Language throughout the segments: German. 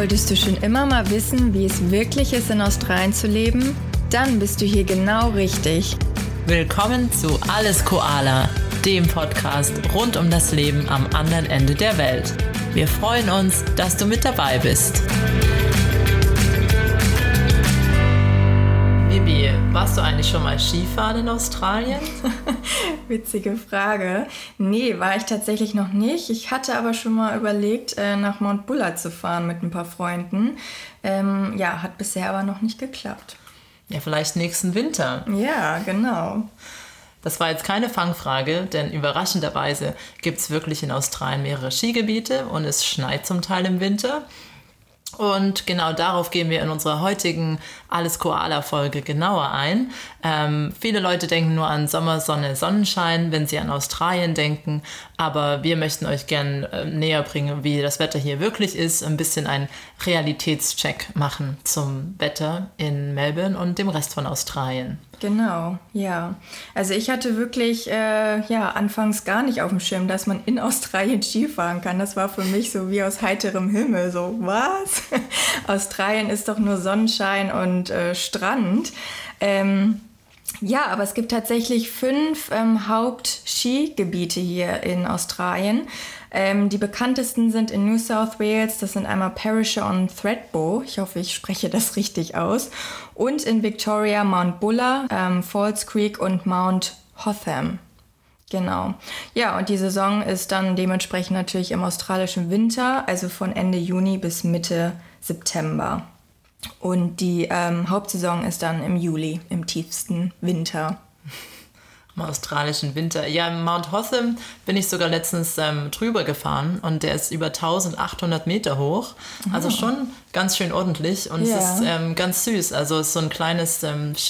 Wolltest du schon immer mal wissen, wie es wirklich ist, in Australien zu leben? Dann bist du hier genau richtig. Willkommen zu Alles Koala, dem Podcast rund um das Leben am anderen Ende der Welt. Wir freuen uns, dass du mit dabei bist. Bibi, warst du eigentlich schon mal Skifahren in Australien? Witzige Frage. Nee, war ich tatsächlich noch nicht. Ich hatte aber schon mal überlegt, nach Mount Buller zu fahren mit ein paar Freunden. Hat bisher aber noch nicht geklappt. Ja, vielleicht nächsten Winter. Ja, genau. Das war jetzt keine Fangfrage, denn überraschenderweise gibt es wirklich in Australien mehrere Skigebiete und es schneit zum Teil im Winter. Und genau darauf gehen wir in unserer heutigen Alles Koala-Folge genauer ein. Viele Leute denken nur an Sommer, Sonne, Sonnenschein, wenn sie an Australien denken. Aber wir möchten euch gern näher bringen, wie das Wetter hier wirklich ist. Ein bisschen einen Realitätscheck machen zum Wetter in Melbourne und dem Rest von Australien. Genau, ja. Also ich hatte wirklich anfangs gar nicht auf dem Schirm, dass man in Australien Skifahren kann. Das war für mich so wie aus heiterem Himmel. So, was? Australien ist doch nur Sonnenschein und Strand. Aber es gibt tatsächlich 5 Hauptskigebiete hier in Australien. Die bekanntesten sind in New South Wales, das sind einmal Perisher und Thredbo, ich hoffe, ich spreche das richtig aus, und in Victoria Mount Buller, Falls Creek und Mount Hotham. Genau. Ja, und die Saison ist dann dementsprechend natürlich im australischen Winter, also von Ende Juni bis Mitte September. Und die Hauptsaison ist dann im Juli, im tiefsten Winter. Im australischen Winter. Ja, im Mount Hotham bin ich sogar letztens drüber gefahren und der ist über 1800 Meter hoch. Also schon ganz schön ordentlich und es ist ganz süß. Also es ist so ein kleines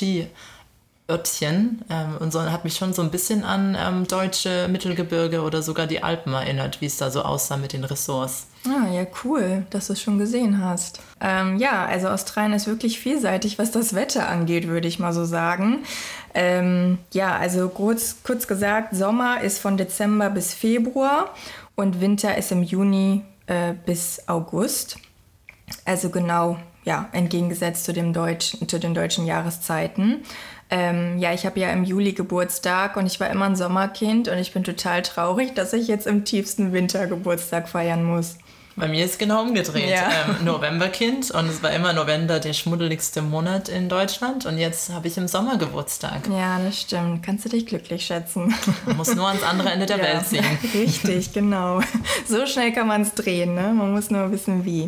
Skiörtchen und so hat mich schon so ein bisschen an deutsche Mittelgebirge oder sogar die Alpen erinnert, wie es da so aussah mit den Ressorts. Ah, ja, cool, dass du es schon gesehen hast. Also Australien ist wirklich vielseitig, was das Wetter angeht, würde ich mal so sagen. Also kurz gesagt, Sommer ist von Dezember bis Februar und Winter ist im Juni bis August. Also genau, entgegengesetzt zu den deutschen Jahreszeiten. Ich habe ja im Juli Geburtstag und ich war immer ein Sommerkind und ich bin total traurig, dass ich jetzt im tiefsten Winter Geburtstag feiern muss. Bei mir ist genau umgedreht. Ja. Novemberkind und es war immer November der schmuddeligste Monat in Deutschland und jetzt habe ich im Sommer Geburtstag. Ja, das stimmt. Kannst du dich glücklich schätzen. Man muss nur ans andere Ende der Welt ziehen. Richtig, genau. So schnell kann man es drehen, ne? Man muss nur wissen, wie.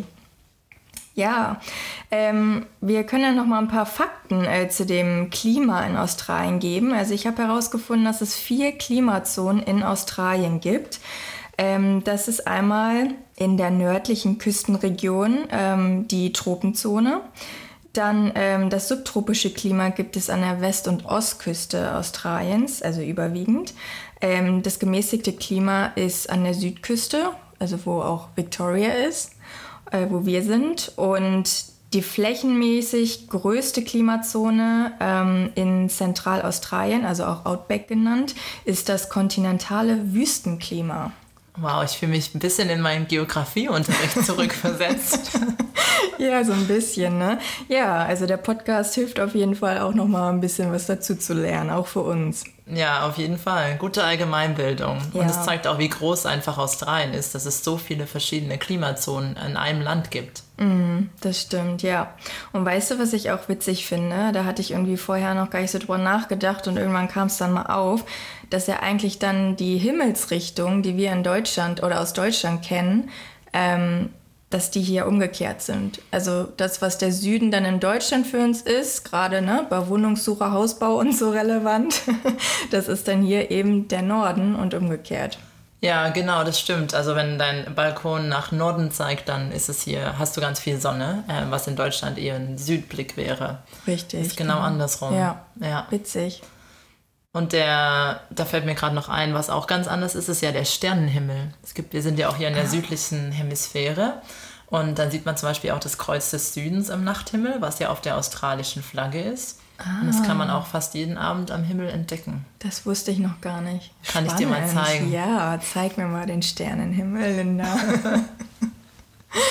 Ja, wir können ja noch mal ein paar Fakten zu dem Klima in Australien geben. Also ich habe herausgefunden, dass es 4 Klimazonen in Australien gibt. Das ist einmal in der nördlichen Küstenregion die Tropenzone. Dann das subtropische Klima gibt es an der West- und Ostküste Australiens, also überwiegend. Das gemäßigte Klima ist an der Südküste, also wo auch Victoria ist, wo wir sind. Und die flächenmäßig größte Klimazone in Zentralaustralien, also auch Outback genannt, ist das kontinentale Wüstenklima. Wow, ich fühle mich ein bisschen in meinen Geografieunterricht zurückversetzt. Ja, so ein bisschen, ne? Ja, also der Podcast hilft auf jeden Fall auch noch mal ein bisschen was dazu zu lernen, auch für uns. Ja, auf jeden Fall. Gute Allgemeinbildung. Ja. Und es zeigt auch, wie groß einfach Australien ist, dass es so viele verschiedene Klimazonen in einem Land gibt. Das stimmt, ja. Und weißt du, was ich auch witzig finde? Da hatte ich irgendwie vorher noch gar nicht so drüber nachgedacht und irgendwann kam es dann mal auf, dass ja eigentlich dann die Himmelsrichtung, die wir in Deutschland oder aus Deutschland kennen, dass die hier umgekehrt sind. Also das, was der Süden dann in Deutschland für uns ist, gerade bei Wohnungssuche, Hausbau und so relevant, das ist dann hier eben der Norden und umgekehrt. Ja, genau, das stimmt. Also wenn dein Balkon nach Norden zeigt, dann ist es hier, hast du ganz viel Sonne, was in Deutschland eher ein Südblick wäre. Richtig. Das ist genau andersrum. Ja, ja. Witzig. Und da fällt mir gerade noch ein, was auch ganz anders ist ja der Sternenhimmel. Wir sind ja auch hier in der südlichen Hemisphäre und dann sieht man zum Beispiel auch das Kreuz des Südens im Nachthimmel, was ja auf der australischen Flagge ist. Und das kann man auch fast jeden Abend am Himmel entdecken. Das wusste ich noch gar nicht. Kann ich dir mal zeigen. Ja, zeig mir mal den Sternenhimmel, Linda.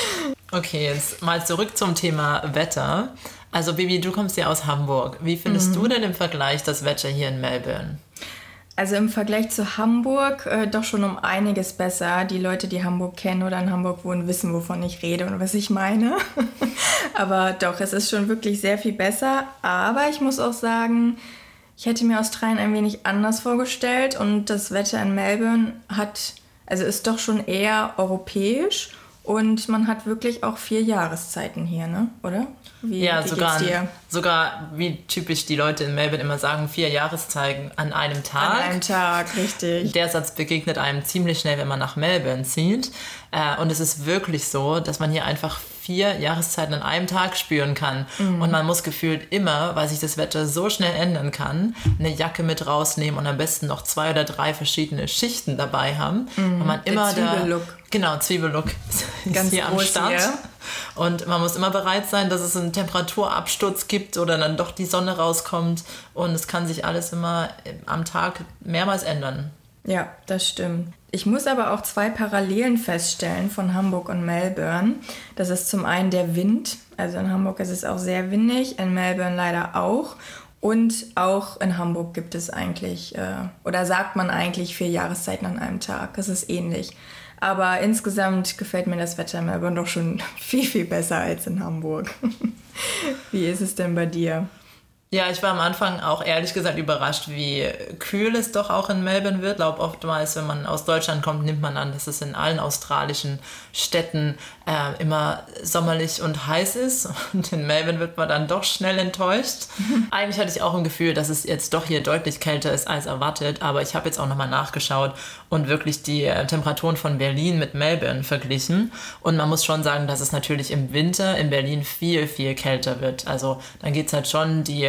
Okay, jetzt mal zurück zum Thema Wetter. Also Bibi, du kommst ja aus Hamburg. Wie findest du denn im Vergleich das Wetter hier in Melbourne? Also im Vergleich zu Hamburg doch schon um einiges besser. Die Leute, die Hamburg kennen oder in Hamburg wohnen, wissen, wovon ich rede und was ich meine. Aber doch, es ist schon wirklich sehr viel besser. Aber ich muss auch sagen, ich hätte mir Australien ein wenig anders vorgestellt. Und das Wetter in Melbourne ist doch schon eher europäisch. Und man hat wirklich auch 4 Jahreszeiten hier, ne? Oder? Wie geht's dir? Sogar wie typisch die Leute in Melbourne immer sagen, 4 Jahreszeiten an einem Tag. An einem Tag, richtig. Der Satz begegnet einem ziemlich schnell, wenn man nach Melbourne zieht. Und es ist wirklich so, dass man hier einfach 4 Jahreszeiten an einem Tag spüren kann. Und man muss gefühlt immer, weil sich das Wetter so schnell ändern kann, eine Jacke mit rausnehmen und am besten noch 2 oder 3 verschiedene Schichten dabei haben. Weil man immer Zwiebellook. Genau, Zwiebellook ist Ganz hier am Start. Hier. Und man muss immer bereit sein, dass es einen Temperaturabsturz gibt oder dann doch die Sonne rauskommt. Und es kann sich alles immer am Tag mehrmals ändern. Ja, das stimmt. Ich muss aber auch 2 Parallelen feststellen von Hamburg und Melbourne. Das ist zum einen der Wind. Also in Hamburg ist es auch sehr windig, in Melbourne leider auch. Und auch in Hamburg gibt es eigentlich, oder sagt man eigentlich 4 Jahreszeiten an einem Tag. Das ist ähnlich. Aber insgesamt gefällt mir das Wetter in Melbourne doch schon viel, viel besser als in Hamburg. Wie ist es denn bei dir? Ja, ich war am Anfang auch ehrlich gesagt überrascht, wie kühl es doch auch in Melbourne wird. Ich glaube, oftmals, wenn man aus Deutschland kommt, nimmt man an, dass es in allen australischen Städten immer sommerlich und heiß ist. Und in Melbourne wird man dann doch schnell enttäuscht. Eigentlich hatte ich auch ein Gefühl, dass es jetzt doch hier deutlich kälter ist als erwartet. Aber ich habe jetzt auch nochmal nachgeschaut und wirklich die Temperaturen von Berlin mit Melbourne verglichen. Und man muss schon sagen, dass es natürlich im Winter in Berlin viel, viel kälter wird. Also dann geht es halt schon die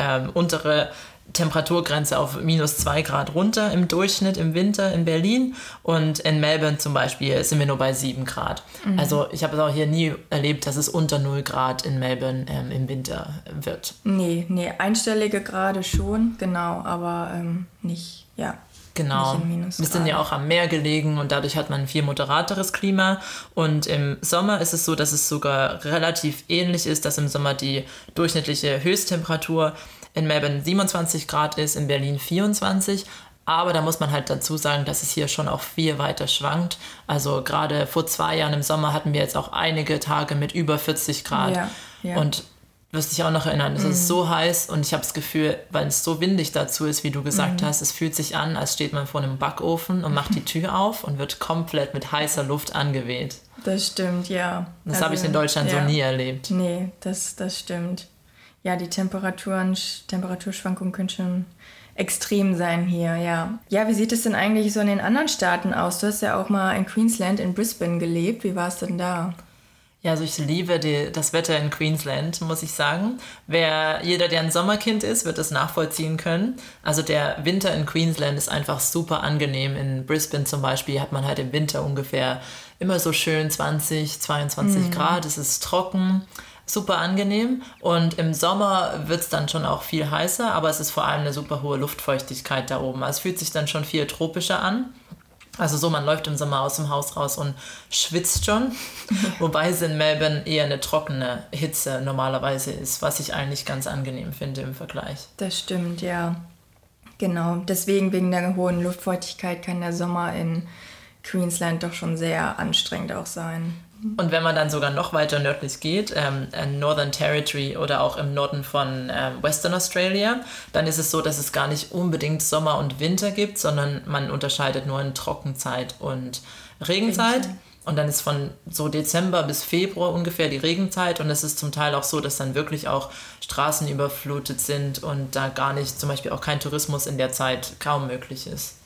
untere Temperaturgrenze auf -2 Grad runter im Durchschnitt im Winter in Berlin, und in Melbourne zum Beispiel sind wir nur bei 7 Grad. Also ich habe es auch hier nie erlebt, dass es unter 0 Grad in Melbourne im Winter wird. Nee, einstellige Grade schon, genau, aber nicht, ja. Genau, wir sind ja auch am Meer gelegen und dadurch hat man ein viel moderateres Klima, und im Sommer ist es so, dass es sogar relativ ähnlich ist, dass im Sommer die durchschnittliche Höchsttemperatur in Melbourne 27 Grad ist, in Berlin 24, aber da muss man halt dazu sagen, dass es hier schon auch viel weiter schwankt. Also gerade vor 2 Jahren im Sommer hatten wir jetzt auch einige Tage mit über 40 Grad ja. Und wirst dich auch noch erinnern, es ist so heiß, und ich habe das Gefühl, weil es so windig dazu ist, wie du gesagt hast, es fühlt sich an, als steht man vor einem Backofen und macht die Tür auf und wird komplett mit heißer Luft angeweht. Das stimmt, ja. Das habe ich in Deutschland so nie erlebt. Nee, das stimmt. Ja, die Temperaturschwankungen können schon extrem sein hier, ja. Ja, wie sieht es denn eigentlich so in den anderen Staaten aus? Du hast ja auch mal in Queensland, in Brisbane gelebt. Wie war es denn da? Ja, also ich liebe das Wetter in Queensland, muss ich sagen. Jeder, der ein Sommerkind ist, wird das nachvollziehen können. Also der Winter in Queensland ist einfach super angenehm. In Brisbane zum Beispiel hat man halt im Winter ungefähr immer so schön 20, 22 Grad. Es ist trocken, super angenehm. Und im Sommer wird es dann schon auch viel heißer, aber es ist vor allem eine super hohe Luftfeuchtigkeit da oben. Also es fühlt sich dann schon viel tropischer an. Also so, man läuft im Sommer aus dem Haus raus und schwitzt schon, wobei es in Melbourne eher eine trockene Hitze normalerweise ist, was ich eigentlich ganz angenehm finde im Vergleich. Das stimmt, ja. Genau, deswegen wegen der hohen Luftfeuchtigkeit kann der Sommer in Queensland doch schon sehr anstrengend auch sein. Und wenn man dann sogar noch weiter nördlich geht, Northern Territory oder auch im Norden von Western Australia, dann ist es so, dass es gar nicht unbedingt Sommer und Winter gibt, sondern man unterscheidet nur in Trockenzeit und Regenzeit. Und dann ist von so Dezember bis Februar ungefähr die Regenzeit, und es ist zum Teil auch so, dass dann wirklich auch Straßen überflutet sind und da gar nicht, zum Beispiel auch kein Tourismus in der Zeit kaum möglich ist.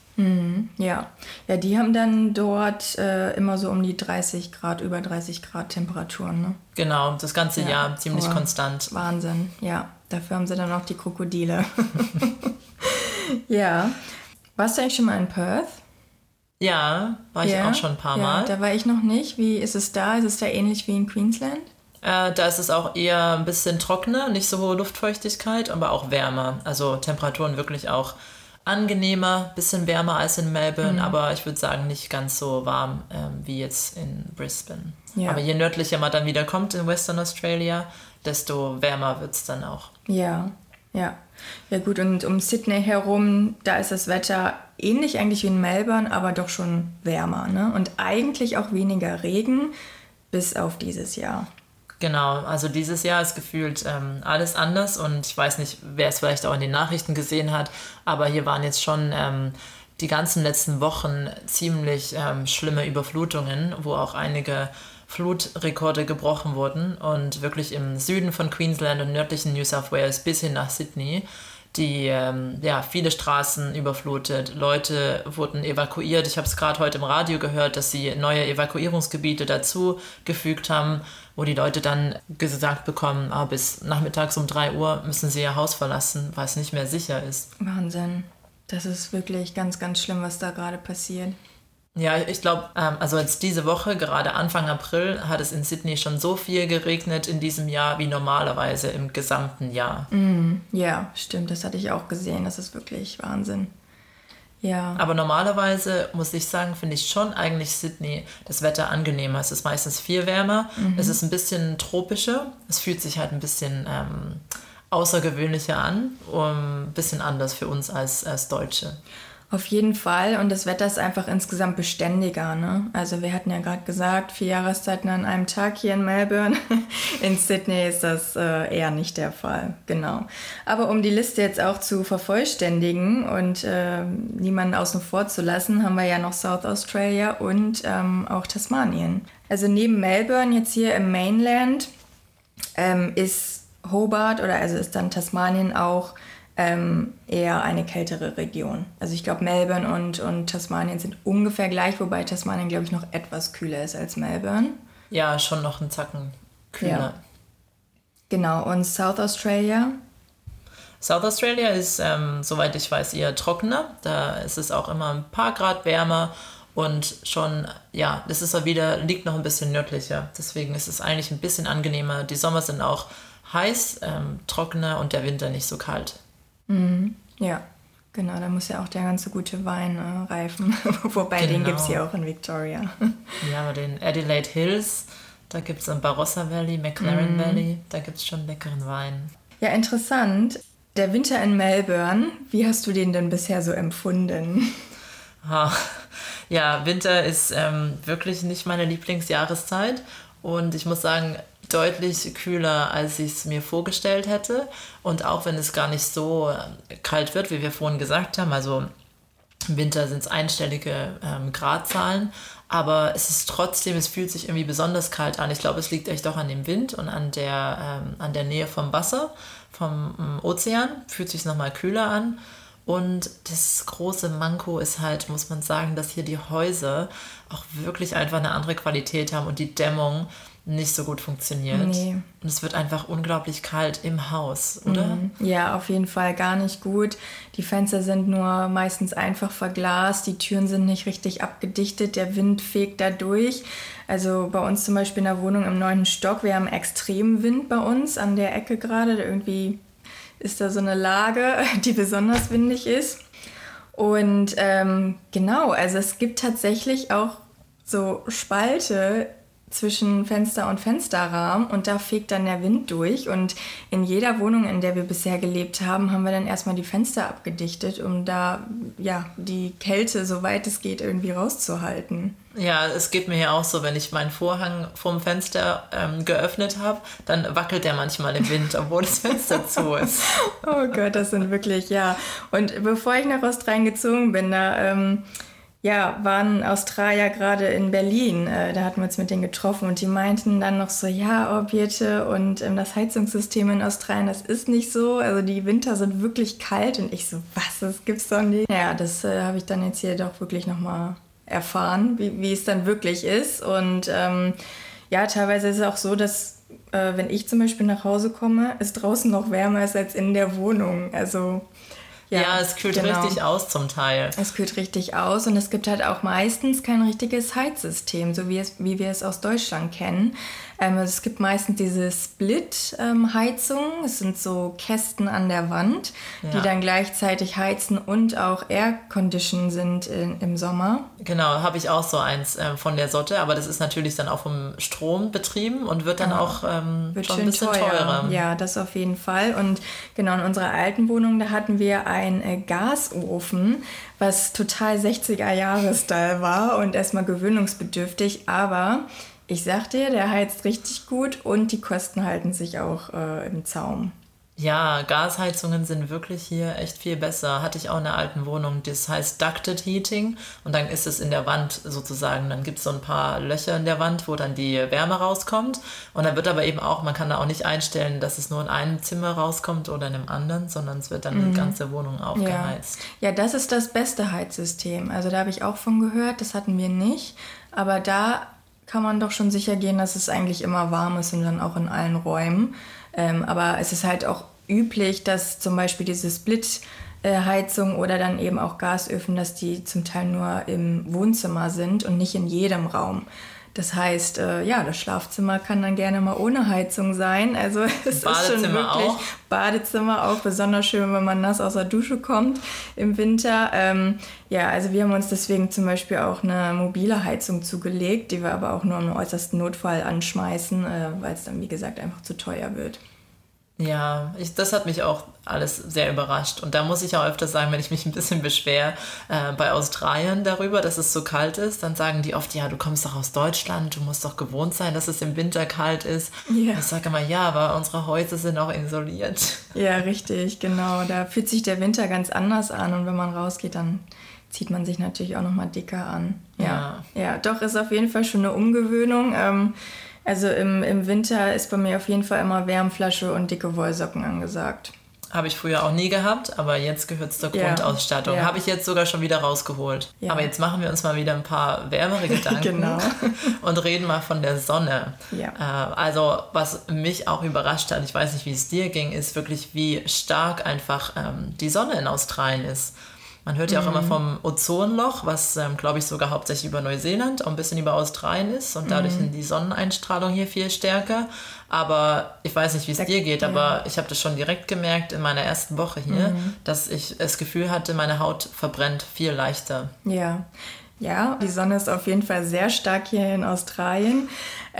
Ja, die haben dann dort immer so um die 30 Grad, über 30 Grad Temperaturen, ne? Genau, das ganze Jahr ziemlich konstant. Wahnsinn, ja. Dafür haben sie dann auch die Krokodile. Ja. Warst du eigentlich schon mal in Perth? Ja, war ich auch schon ein paar Mal. Da war ich noch nicht. Wie ist es da? Ist es da ähnlich wie in Queensland? Da ist es auch eher ein bisschen trockener, nicht so hohe Luftfeuchtigkeit, aber auch wärmer. Also Temperaturen wirklich auch angenehmer, bisschen wärmer als in Melbourne, aber ich würde sagen, nicht ganz so warm wie jetzt in Brisbane. Ja. Aber je nördlicher man dann wieder kommt in Western Australia, desto wärmer wird es dann auch. Ja. Ja gut, und um Sydney herum, da ist das Wetter ähnlich eigentlich wie in Melbourne, aber doch schon wärmer, ne? Und eigentlich auch weniger Regen, bis auf dieses Jahr. Genau, also dieses Jahr ist gefühlt alles anders und ich weiß nicht, wer es vielleicht auch in den Nachrichten gesehen hat, aber hier waren jetzt schon die ganzen letzten Wochen ziemlich schlimme Überflutungen, wo auch einige Flutrekorde gebrochen wurden und wirklich im Süden von Queensland und nördlichen New South Wales bis hin nach Sydney, die viele Straßen überflutet, Leute wurden evakuiert. Ich habe es gerade heute im Radio gehört, dass sie neue Evakuierungsgebiete dazu gefügt haben, wo die Leute dann gesagt bekommen, bis nachmittags um 3 Uhr müssen sie ihr Haus verlassen, weil es nicht mehr sicher ist. Wahnsinn. Das ist wirklich ganz, ganz schlimm, was da gerade passiert. Ja, ich glaube, also jetzt diese Woche, gerade Anfang April, hat es in Sydney schon so viel geregnet in diesem Jahr wie normalerweise im gesamten Jahr. Ja, stimmt, das hatte ich auch gesehen. Das ist wirklich Wahnsinn. Ja. Aber normalerweise, muss ich sagen, finde ich schon eigentlich Sydney das Wetter angenehmer. Es ist meistens viel wärmer, es ist ein bisschen tropischer, es fühlt sich halt ein bisschen außergewöhnlicher an, ein bisschen anders für uns als Deutsche. Auf jeden Fall. Und das Wetter ist einfach insgesamt beständiger, ne? Also wir hatten ja gerade gesagt, 4 Jahreszeiten an einem Tag hier in Melbourne. In Sydney ist das eher nicht der Fall. Genau. Aber um die Liste jetzt auch zu vervollständigen und niemanden außen vor zu lassen, haben wir ja noch South Australia und auch Tasmanien. Also neben Melbourne jetzt hier im Mainland ist Hobart ist dann Tasmanien auch eher eine kältere Region. Also ich glaube, Melbourne und Tasmanien sind ungefähr gleich, wobei Tasmanien, glaube ich, noch etwas kühler ist als Melbourne. Ja, schon noch einen Zacken kühler. Ja. Genau, und South Australia? South Australia ist, soweit ich weiß, eher trockener. Da ist es auch immer ein paar Grad wärmer und schon, ja, das ist liegt noch ein bisschen nördlicher. Deswegen ist es eigentlich ein bisschen angenehmer. Die Sommer sind auch heiß, trockener und der Winter nicht so kalt. Ja, genau, da muss ja auch der ganze gute Wein reifen. Wobei, den gibt es hier auch in Victoria. Ja, aber den Adelaide Hills, da gibt es im Barossa Valley, McLaren Valley, da gibt es schon leckeren Wein. Ja, interessant. Der Winter in Melbourne, wie hast du den denn bisher so empfunden? Ja, Winter ist wirklich nicht meine Lieblingsjahreszeit und ich muss sagen, deutlich kühler, als ich es mir vorgestellt hätte. Und auch wenn es gar nicht so kalt wird, wie wir vorhin gesagt haben, also im Winter sind es einstellige Gradzahlen, aber es ist trotzdem, es fühlt sich irgendwie besonders kalt an. Ich glaube, es liegt echt auch an dem Wind und an der Nähe vom Wasser, vom Ozean, fühlt sich nochmal kühler an. Und das große Manko ist halt, muss man sagen, dass hier die Häuser auch wirklich einfach eine andere Qualität haben und die Dämmung nicht so gut funktioniert. Nee. Und es wird einfach unglaublich kalt im Haus, oder? Ja, auf jeden Fall gar nicht gut. Die Fenster sind nur meistens einfach verglast, die Türen sind nicht richtig abgedichtet, der Wind fegt da durch. Also bei uns zum Beispiel in der Wohnung im 9. Stock, wir haben extremen Wind bei uns an der Ecke gerade. Irgendwie ist da so eine Lage, die besonders windig ist. Und genau, also es gibt tatsächlich auch so Spalte zwischen Fenster und Fensterrahmen und da fegt dann der Wind durch und in jeder Wohnung, in der wir bisher gelebt haben, haben wir dann erstmal die Fenster abgedichtet, um da die Kälte, soweit es geht, irgendwie rauszuhalten. Ja, es geht mir ja auch so, wenn ich meinen Vorhang vom Fenster geöffnet habe, dann wackelt der manchmal im Wind, obwohl das Fenster zu ist. Oh Gott, das sind wirklich, ja. Und bevor ich nach Australien gezogen bin, da waren Australier gerade in Berlin, da hatten wir uns mit denen getroffen und die meinten dann noch so, ja, Birte, und das Heizungssystem in Australien, das ist nicht so, also die Winter sind wirklich kalt und ich so, was, das gibt's doch nicht. Ja, das habe ich dann jetzt hier doch wirklich nochmal erfahren, wie es dann wirklich ist und teilweise ist es auch so, dass wenn ich zum Beispiel nach Hause komme, es draußen noch wärmer ist als in der Wohnung, also Ja, es kühlt richtig aus zum Teil. Es kühlt richtig aus und es gibt halt auch meistens kein richtiges Heizsystem, so wie wir es aus Deutschland kennen. Es gibt meistens diese Split-Heizung. Es sind so Kästen an der Wand, die dann gleichzeitig heizen und auch Air-Condition sind im Sommer. Genau, habe ich auch so eins von der Sotte, aber das ist natürlich dann auch vom Strom betrieben und wird dann auch wird schon ein bisschen teurer. Ja, das auf jeden Fall. Und genau, in unserer alten Wohnung, da hatten wir einen Gasofen, was total 60er-Jahre-Style war und erstmal gewöhnungsbedürftig, aber ich sag dir, der heizt richtig gut und die Kosten halten sich auch im Zaum. Ja, Gasheizungen sind wirklich hier echt viel besser. Hatte ich auch in der alten Wohnung. Das heißt Ducted Heating und dann ist es in der Wand sozusagen. Dann gibt es so ein paar Löcher in der Wand, wo dann die Wärme rauskommt. Und dann wird aber eben auch, man kann da auch nicht einstellen, dass es nur in einem Zimmer rauskommt oder in einem anderen, sondern es wird dann die ganze Wohnung aufgeheizt. Ja, das ist das beste Heizsystem. Also da habe ich auch von gehört, das hatten wir nicht. Aber da kann man doch schon sicher gehen, dass es eigentlich immer warm ist und dann auch in allen Räumen. Aber es ist halt auch üblich, dass zum Beispiel diese Split-Heizung oder dann eben auch Gasöfen, dass die zum Teil nur im Wohnzimmer sind und nicht in jedem Raum. Das heißt, das Schlafzimmer kann dann gerne mal ohne Heizung sein. Also es ist schon wirklich auch. Badezimmer auch besonders schön, wenn man nass aus der Dusche kommt im Winter. Also wir haben uns deswegen zum Beispiel auch eine mobile Heizung zugelegt, die wir aber auch nur im äußersten Notfall anschmeißen, weil es dann, wie gesagt, einfach zu teuer wird. Ja, das hat mich auch alles sehr überrascht. Und da muss ich auch öfter sagen, wenn ich mich ein bisschen beschwere bei Australien darüber, dass es so kalt ist, dann sagen die oft, ja, du kommst doch aus Deutschland, du musst doch gewohnt sein, dass es im Winter kalt ist. Ja. Ich sage immer, ja, aber unsere Häuser sind auch isoliert. Ja, richtig, genau. Da fühlt sich der Winter ganz anders an und wenn man rausgeht, dann zieht man sich natürlich auch nochmal dicker an. Ja, doch, ist auf jeden Fall schon eine Umgewöhnung. Also im Winter ist bei mir auf jeden Fall immer Wärmflasche und dicke Wollsocken angesagt. Habe ich früher auch nie gehabt, aber jetzt gehört es zur Grundausstattung. Ja. Habe ich jetzt sogar schon wieder rausgeholt. Ja. Aber jetzt machen wir uns mal wieder ein paar wärmere Gedanken Genau. und reden mal von der Sonne. Ja. Also was mich auch überrascht hat, ich weiß nicht, wie es dir ging, ist wirklich, wie stark einfach die Sonne in Australien ist. Man hört ja auch immer vom Ozonloch, was, glaube ich, sogar hauptsächlich über Neuseeland, auch ein bisschen über Australien ist und dadurch die Sonneneinstrahlung hier viel stärker. Aber ich weiß nicht, wie es dir geht, aber ich habe das schon direkt gemerkt in meiner ersten Woche hier, dass ich das Gefühl hatte, meine Haut verbrennt viel leichter. Ja, die Sonne ist auf jeden Fall sehr stark hier in Australien.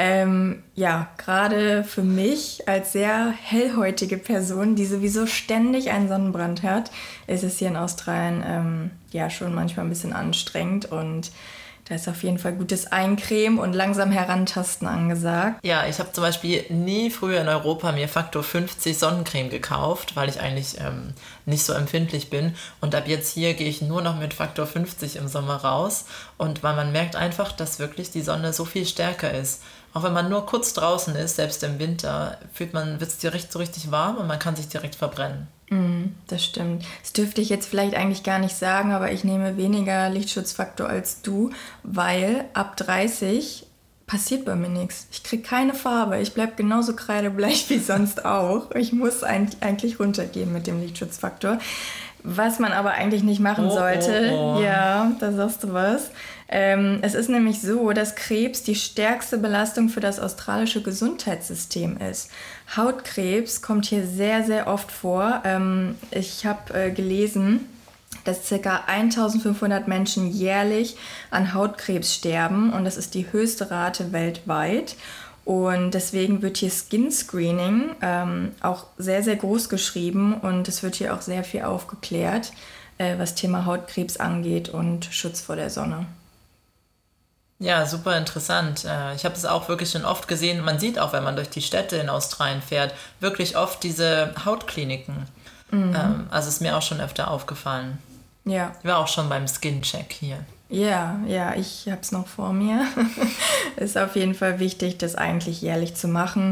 Gerade für mich als sehr hellhäutige Person, die sowieso ständig einen Sonnenbrand hat, ist es hier in Australien schon manchmal ein bisschen anstrengend und da ist auf jeden Fall gutes Eincremen und langsam herantasten angesagt. Ja, ich habe zum Beispiel nie früher in Europa mir Faktor 50 Sonnencreme gekauft, weil ich eigentlich nicht so empfindlich bin. Und ab jetzt hier gehe ich nur noch mit Faktor 50 im Sommer raus. Und weil man merkt einfach, dass wirklich die Sonne so viel stärker ist. Auch wenn man nur kurz draußen ist, selbst im Winter, wird es direkt so richtig warm und man kann sich direkt verbrennen. Das stimmt. Das dürfte ich jetzt vielleicht eigentlich gar nicht sagen, aber ich nehme weniger Lichtschutzfaktor als du, weil ab 30 passiert bei mir nichts. Ich kriege keine Farbe. Ich bleibe genauso kreidebleich wie sonst auch. Ich muss eigentlich runtergehen mit dem Lichtschutzfaktor. Was man aber eigentlich nicht machen sollte. Ja, da sagst du was. Es ist nämlich so, dass Krebs die stärkste Belastung für das australische Gesundheitssystem ist. Hautkrebs kommt hier sehr, sehr oft vor. Ich habe gelesen, dass ca. 1500 Menschen jährlich an Hautkrebs sterben und das ist die höchste Rate weltweit. Und deswegen wird hier Skin Screening auch sehr, sehr groß geschrieben und es wird hier auch sehr viel aufgeklärt, was Thema Hautkrebs angeht und Schutz vor der Sonne. Ja, super interessant. Ich habe das auch wirklich schon oft gesehen. Man sieht auch, wenn man durch die Städte in Australien fährt, wirklich oft diese Hautkliniken. Also ist mir auch schon öfter aufgefallen. Ja. Ich war auch schon beim Skin-Check hier. Ja, ich habe es noch vor mir. Ist auf jeden Fall wichtig, das eigentlich jährlich zu machen.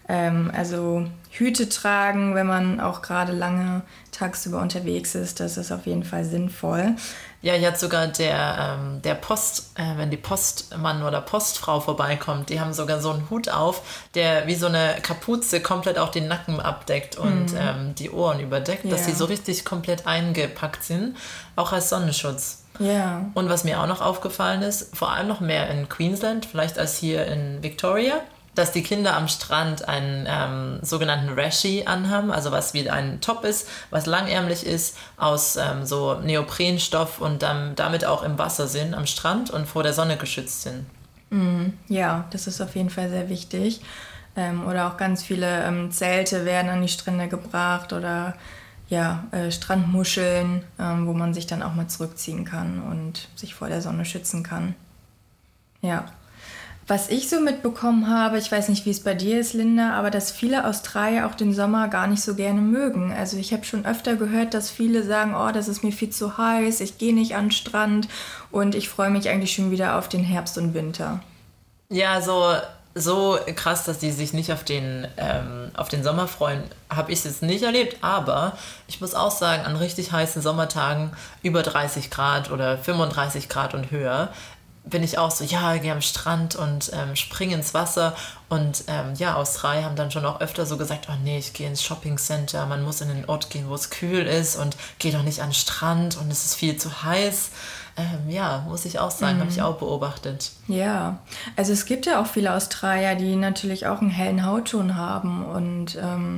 Also Hüte tragen, wenn man auch gerade lange tagsüber unterwegs ist, das ist auf jeden Fall sinnvoll. Ja, hier hat sogar der wenn die Postmann oder Postfrau vorbeikommt, die haben sogar so einen Hut auf, der wie so eine Kapuze komplett auch den Nacken abdeckt und die Ohren überdeckt, dass sie so richtig komplett eingepackt sind, auch als Sonnenschutz. Ja. Und was mir auch noch aufgefallen ist, vor allem noch mehr in Queensland, vielleicht als hier in Victoria, dass die Kinder am Strand einen sogenannten Rashi anhaben, also was wie ein Top ist, was langärmlich ist, aus so Neoprenstoff und dann damit auch im Wasser sind am Strand und vor der Sonne geschützt sind. Ja, das ist auf jeden Fall sehr wichtig. Oder auch ganz viele Zelte werden an die Strände gebracht oder Strandmuscheln, wo man sich dann auch mal zurückziehen kann und sich vor der Sonne schützen kann. Ja. Was ich so mitbekommen habe, ich weiß nicht, wie es bei dir ist, Linda, aber dass viele Australier auch den Sommer gar nicht so gerne mögen. Also ich habe schon öfter gehört, dass viele sagen, oh, das ist mir viel zu heiß, ich gehe nicht an den Strand und ich freue mich eigentlich schon wieder auf den Herbst und Winter. Ja, so krass, dass die sich nicht auf den Sommer freuen, habe ich es jetzt nicht erlebt. Aber ich muss auch sagen, an richtig heißen Sommertagen über 30 Grad oder 35 Grad und höher, bin ich auch so, ja, gehe am Strand und springe ins Wasser. Und Australier haben dann schon auch öfter so gesagt, oh nee, ich gehe ins Shoppingcenter, man muss in den Ort gehen, wo es kühl ist und gehe doch nicht an den Strand und es ist viel zu heiß. Muss ich auch sagen, habe ich auch beobachtet. Ja, also es gibt ja auch viele Australier, die natürlich auch einen hellen Hautton haben und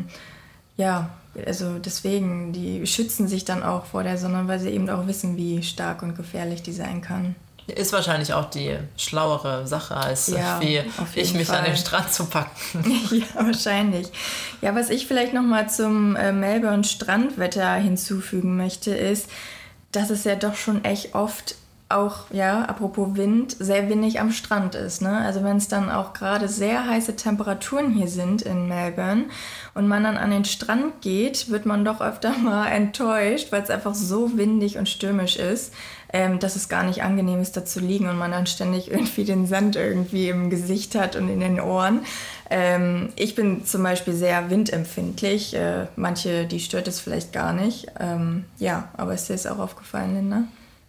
also deswegen, die schützen sich dann auch vor der Sonne, weil sie eben auch wissen, wie stark und gefährlich die sein kann. Ist wahrscheinlich auch die schlauere Sache, als wie ich mich Fall an den Strand zu packen. Ja, wahrscheinlich. Ja, was ich vielleicht nochmal zum Melbourne Strandwetter hinzufügen möchte, ist, dass es ja doch schon echt oft auch, apropos Wind, sehr windig am Strand ist. Ne? Also wenn es dann auch gerade sehr heiße Temperaturen hier sind in Melbourne und man dann an den Strand geht, wird man doch öfter mal enttäuscht, weil es einfach so windig und stürmisch ist, dass es gar nicht angenehm ist, da zu liegen und man dann ständig irgendwie den Sand irgendwie im Gesicht hat und in den Ohren. Ich bin zum Beispiel sehr windempfindlich. Manche, die stört es vielleicht gar nicht. Aber ist dir das auch aufgefallen, Linda?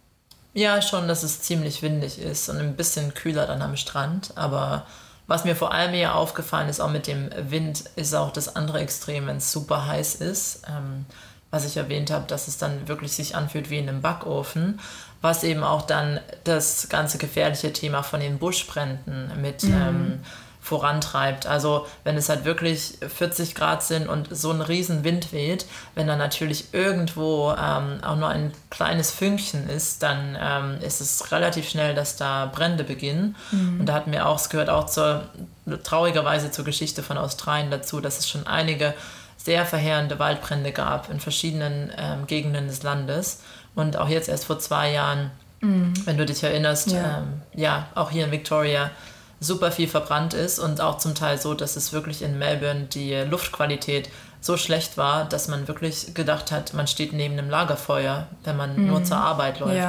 Ja, schon, dass es ziemlich windig ist und ein bisschen kühler dann am Strand. Aber was mir vor allem eher aufgefallen ist, auch mit dem Wind, ist auch das andere Extrem, wenn es super heiß ist. Was ich erwähnt habe, dass es dann wirklich sich anfühlt wie in einem Backofen. Was eben auch dann das ganze gefährliche Thema von den Buschbränden mit vorantreibt. Also wenn es halt wirklich 40 Grad sind und so ein riesen Wind weht, wenn dann natürlich irgendwo auch nur ein kleines Fünkchen ist, dann ist es relativ schnell, dass da Brände beginnen. Und da hatten wir auch, es gehört auch traurigerweise zur Geschichte von Australien dazu, dass es schon einige sehr verheerende Waldbrände gab in verschiedenen Gegenden des Landes. Und auch jetzt erst vor 2 Jahren, wenn du dich erinnerst, auch hier in Victoria super viel verbrannt ist und auch zum Teil so, dass es wirklich in Melbourne die Luftqualität so schlecht war, dass man wirklich gedacht hat, man steht neben einem Lagerfeuer, wenn man nur zur Arbeit läuft.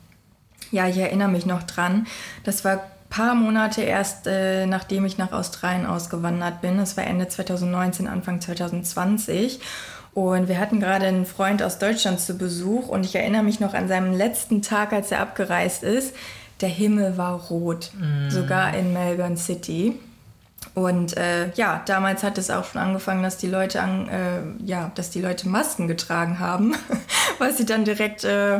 Ja, ich erinnere mich noch dran. Das war ein paar Monate erst, nachdem ich nach Australien ausgewandert bin. Das war Ende 2019, Anfang 2020. Und wir hatten gerade einen Freund aus Deutschland zu Besuch und ich erinnere mich noch an seinen letzten Tag, als er abgereist ist. Der Himmel war rot, sogar in Melbourne City. Und damals hat es auch schon angefangen, dass die Leute Masken getragen haben, was sie dann direkt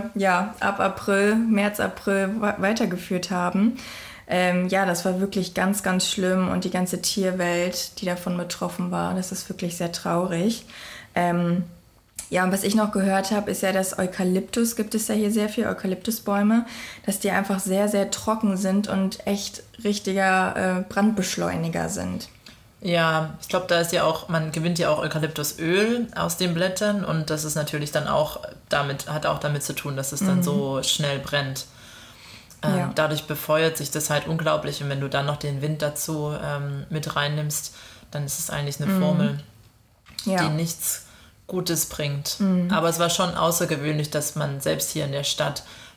ab März, April weitergeführt haben. Das war wirklich ganz, ganz schlimm und die ganze Tierwelt, die davon betroffen war, das ist wirklich sehr traurig. Und was ich noch gehört habe, ist ja, dass Eukalyptus, gibt es ja hier sehr viel Eukalyptusbäume, dass die einfach sehr, sehr trocken sind und echt richtiger Brandbeschleuniger sind. Ja, ich glaube, da ist ja auch, man gewinnt ja auch Eukalyptusöl aus den Blättern und das ist natürlich dann auch hat auch damit zu tun, dass es dann so schnell brennt. Dadurch befeuert sich das halt unglaublich und wenn du dann noch den Wind dazu mit reinnimmst, dann ist es eigentlich eine Formel, die nichts Gutes bringt. Aber es war schon außergewöhnlich, dass man selbst hier in der Stadt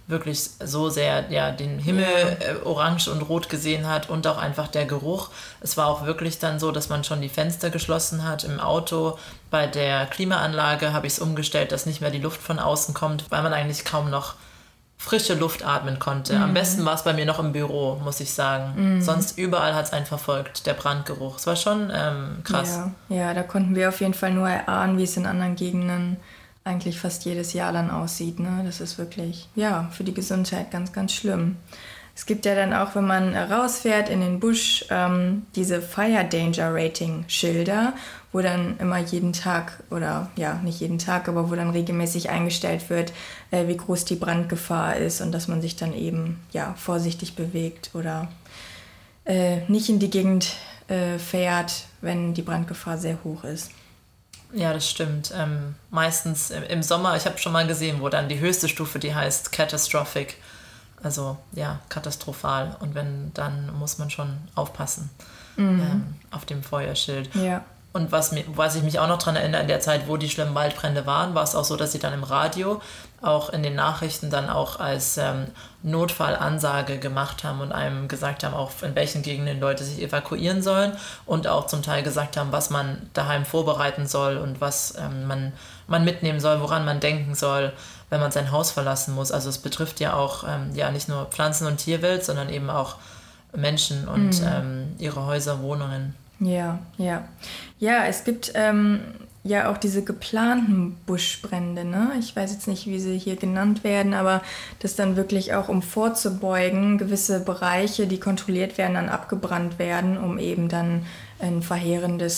wirklich so sehr den Himmel orange und rot gesehen hat und auch einfach der Geruch. Es war auch wirklich dann so, dass man schon die Fenster geschlossen hat im Auto. Bei der Klimaanlage habe ich es umgestellt, dass nicht mehr die Luft von außen kommt, weil man eigentlich kaum noch frische Luft atmen konnte. Am besten war es bei mir noch im Büro, muss ich sagen. Sonst überall hat es einen verfolgt, der Brandgeruch. Es war schon krass. Ja, da konnten wir auf jeden Fall nur erahnen, wie es in anderen Gegenden eigentlich fast jedes Jahr dann aussieht. Ne? Das ist wirklich, für die Gesundheit ganz, ganz schlimm. Es gibt ja dann auch, wenn man rausfährt in den Busch, diese Fire Danger Rating Schilder, wo dann immer jeden Tag, oder nicht jeden Tag, aber wo dann regelmäßig eingestellt wird, wie groß die Brandgefahr ist und dass man sich dann eben vorsichtig bewegt oder nicht in die Gegend fährt, wenn die Brandgefahr sehr hoch ist. Ja, das stimmt. Meistens im Sommer, ich habe schon mal gesehen, wo dann die höchste Stufe, die heißt Catastrophic, also katastrophal. Und dann muss man schon aufpassen auf dem Feuerschild. Ja. Und was ich mich auch noch daran erinnere, in der Zeit, wo die schlimmen Waldbrände waren, war es auch so, dass sie dann im Radio, auch in den Nachrichten dann auch als Notfallansage gemacht haben und einem gesagt haben, auch in welchen Gegenden Leute sich evakuieren sollen und auch zum Teil gesagt haben, was man daheim vorbereiten soll und was man mitnehmen soll, woran man denken soll, wenn man sein Haus verlassen muss. Also es betrifft ja auch nicht nur Pflanzen- und Tierwelt, sondern eben auch Menschen und ihre Häuser, Wohnungen. Ja. Ja, es gibt auch diese geplanten Buschbrände, ne? Ich weiß jetzt nicht, wie sie hier genannt werden, aber das dann wirklich auch, um vorzubeugen, gewisse Bereiche, die kontrolliert werden, dann abgebrannt werden, um eben dann ein verheerende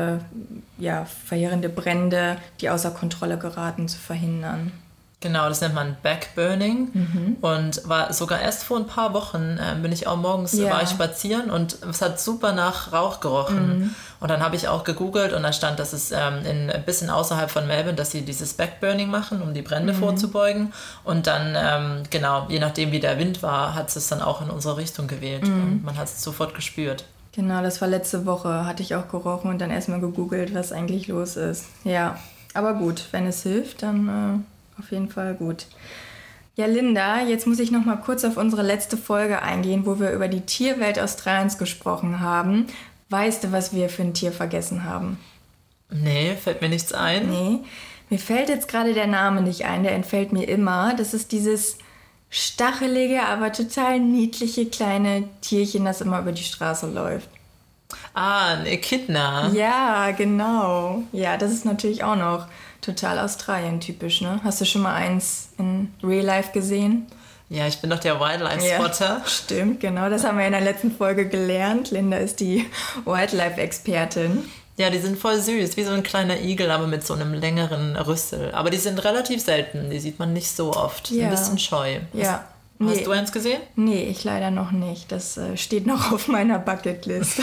Brände, die außer Kontrolle geraten, zu verhindern. Genau, das nennt man Backburning und war sogar erst vor ein paar Wochen, bin ich auch morgens war ich spazieren und es hat super nach Rauch gerochen. Und dann habe ich auch gegoogelt und da stand, dass es ein bisschen außerhalb von Melbourne, dass sie dieses Backburning machen, um die Brände vorzubeugen. Und dann, je nachdem wie der Wind war, hat es dann auch in unsere Richtung gewählt und man hat es sofort gespürt. Genau, das war letzte Woche, hatte ich auch gerochen und dann erstmal gegoogelt, was eigentlich los ist. Ja, aber gut, wenn es hilft, dann auf jeden Fall gut. Ja, Linda, jetzt muss ich noch mal kurz auf unsere letzte Folge eingehen, wo wir über die Tierwelt Australiens gesprochen haben. Weißt du, was wir für ein Tier vergessen haben? Nee, fällt mir nichts ein. Nee, mir fällt jetzt gerade der Name nicht ein, der entfällt mir immer. Das ist dieses stachelige, aber total niedliche kleine Tierchen, das immer über die Straße läuft. Ah, ein Echidna. Ja, genau. Ja, das ist natürlich auch noch total Australien-typisch, ne? Hast du schon mal eins in Real Life gesehen? Ja, ich bin doch der Wildlife-Spotter. Ja, stimmt, genau. Das haben wir in der letzten Folge gelernt. Linda ist die Wildlife-Expertin. Ja, die sind voll süß, wie so ein kleiner Igel, aber mit so einem längeren Rüssel. Aber die sind relativ selten, die sieht man nicht so oft. Ja. Ein bisschen scheu. Ja. Hast du eins gesehen? Nee, ich leider noch nicht. Das steht noch auf meiner Bucketlist.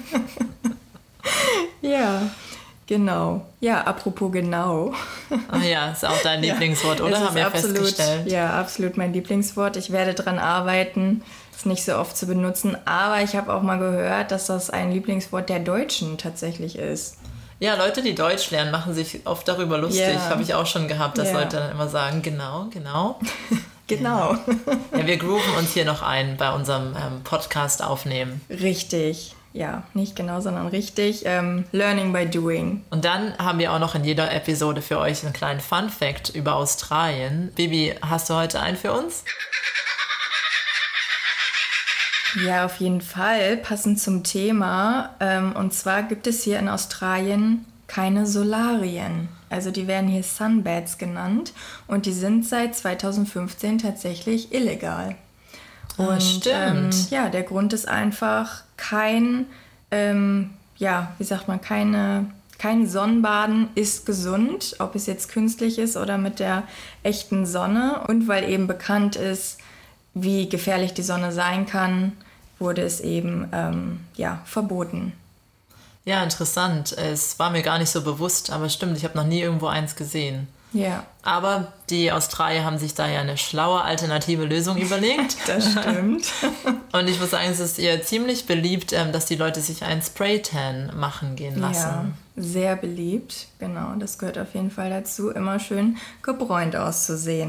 Ja, genau. Ja, apropos genau. Ach ja, ist auch dein Lieblingswort, oder? Haben wir festgestellt. Ja, absolut mein Lieblingswort. Ich werde dran arbeiten, es nicht so oft zu benutzen. Aber ich habe auch mal gehört, dass das ein Lieblingswort der Deutschen tatsächlich ist. Ja, Leute, die Deutsch lernen, machen sich oft darüber lustig. Ja. Habe ich auch schon gehabt, dass Leute dann immer sagen, genau. Genau. Ja, wir grooven uns hier noch ein bei unserem Podcast aufnehmen. Richtig. Ja, nicht genau, sondern richtig. Learning by doing. Und dann haben wir auch noch in jeder Episode für euch einen kleinen Fun-Fact über Australien. Bibi, hast du heute einen für uns? Ja, auf jeden Fall, passend zum Thema. Und zwar gibt es hier in Australien keine Solarien. Also die werden hier Sunbeds genannt und die sind seit 2015 tatsächlich illegal. Und stimmt. Der Grund ist einfach kein Sonnenbaden ist gesund, ob es jetzt künstlich ist oder mit der echten Sonne. Und weil eben bekannt ist, wie gefährlich die Sonne sein kann, wurde es eben verboten. Ja, interessant. Es war mir gar nicht so bewusst, aber stimmt, ich habe noch nie irgendwo eins gesehen. Ja. Aber die Australier haben sich da ja eine schlaue alternative Lösung überlegt. Das stimmt. Und ich muss sagen, es ist ihr ziemlich beliebt, dass die Leute sich einen Spray-Tan machen gehen lassen. Ja, sehr beliebt. Genau, das gehört auf jeden Fall dazu. Immer schön gebräunt auszusehen.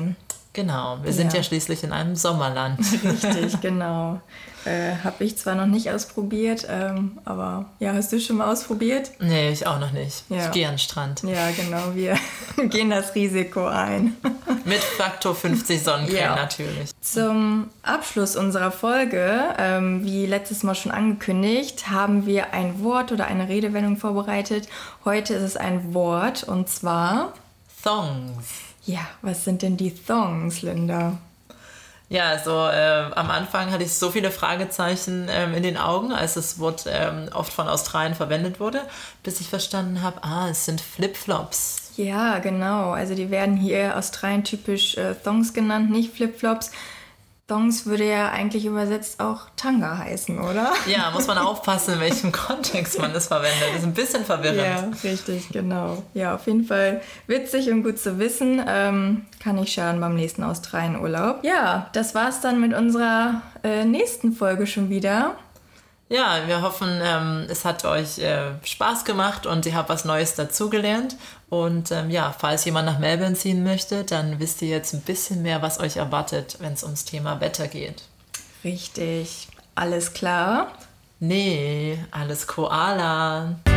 Genau, wir sind ja schließlich in einem Sommerland. Richtig, genau. Habe ich zwar noch nicht ausprobiert, aber ja, hast du schon mal ausprobiert? Nee, ich auch noch nicht. Ja. Ich gehe an den Strand. Ja, genau, wir gehen das Risiko ein. Mit Faktor 50 Sonnencreme natürlich. Zum Abschluss unserer Folge, wie letztes Mal schon angekündigt, haben wir ein Wort oder eine Redewendung vorbereitet. Heute ist es ein Wort und zwar... Thongs. Ja, was sind denn die Thongs, Linda? Ja, also am Anfang hatte ich so viele Fragezeichen in den Augen, als das Wort oft von Australien verwendet wurde, bis ich verstanden habe, es sind Flipflops. Ja, genau. Also die werden hier Australien typisch Thongs genannt, nicht Flipflops. Thongs würde ja eigentlich übersetzt auch Tanga heißen, oder? Ja, muss man aufpassen, in welchem Kontext man das verwendet. Das ist ein bisschen verwirrend. Ja, richtig, genau. Ja, auf jeden Fall witzig und gut zu wissen. Kann nicht schaden beim nächsten Australien-Urlaub. Ja, das war's dann mit unserer nächsten Folge schon wieder. Ja, wir hoffen, es hat euch Spaß gemacht und ihr habt was Neues dazugelernt. Und falls jemand nach Melbourne ziehen möchte, dann wisst ihr jetzt ein bisschen mehr, was euch erwartet, wenn es ums Thema Wetter geht. Richtig. Alles klar? Nee, alles Koala.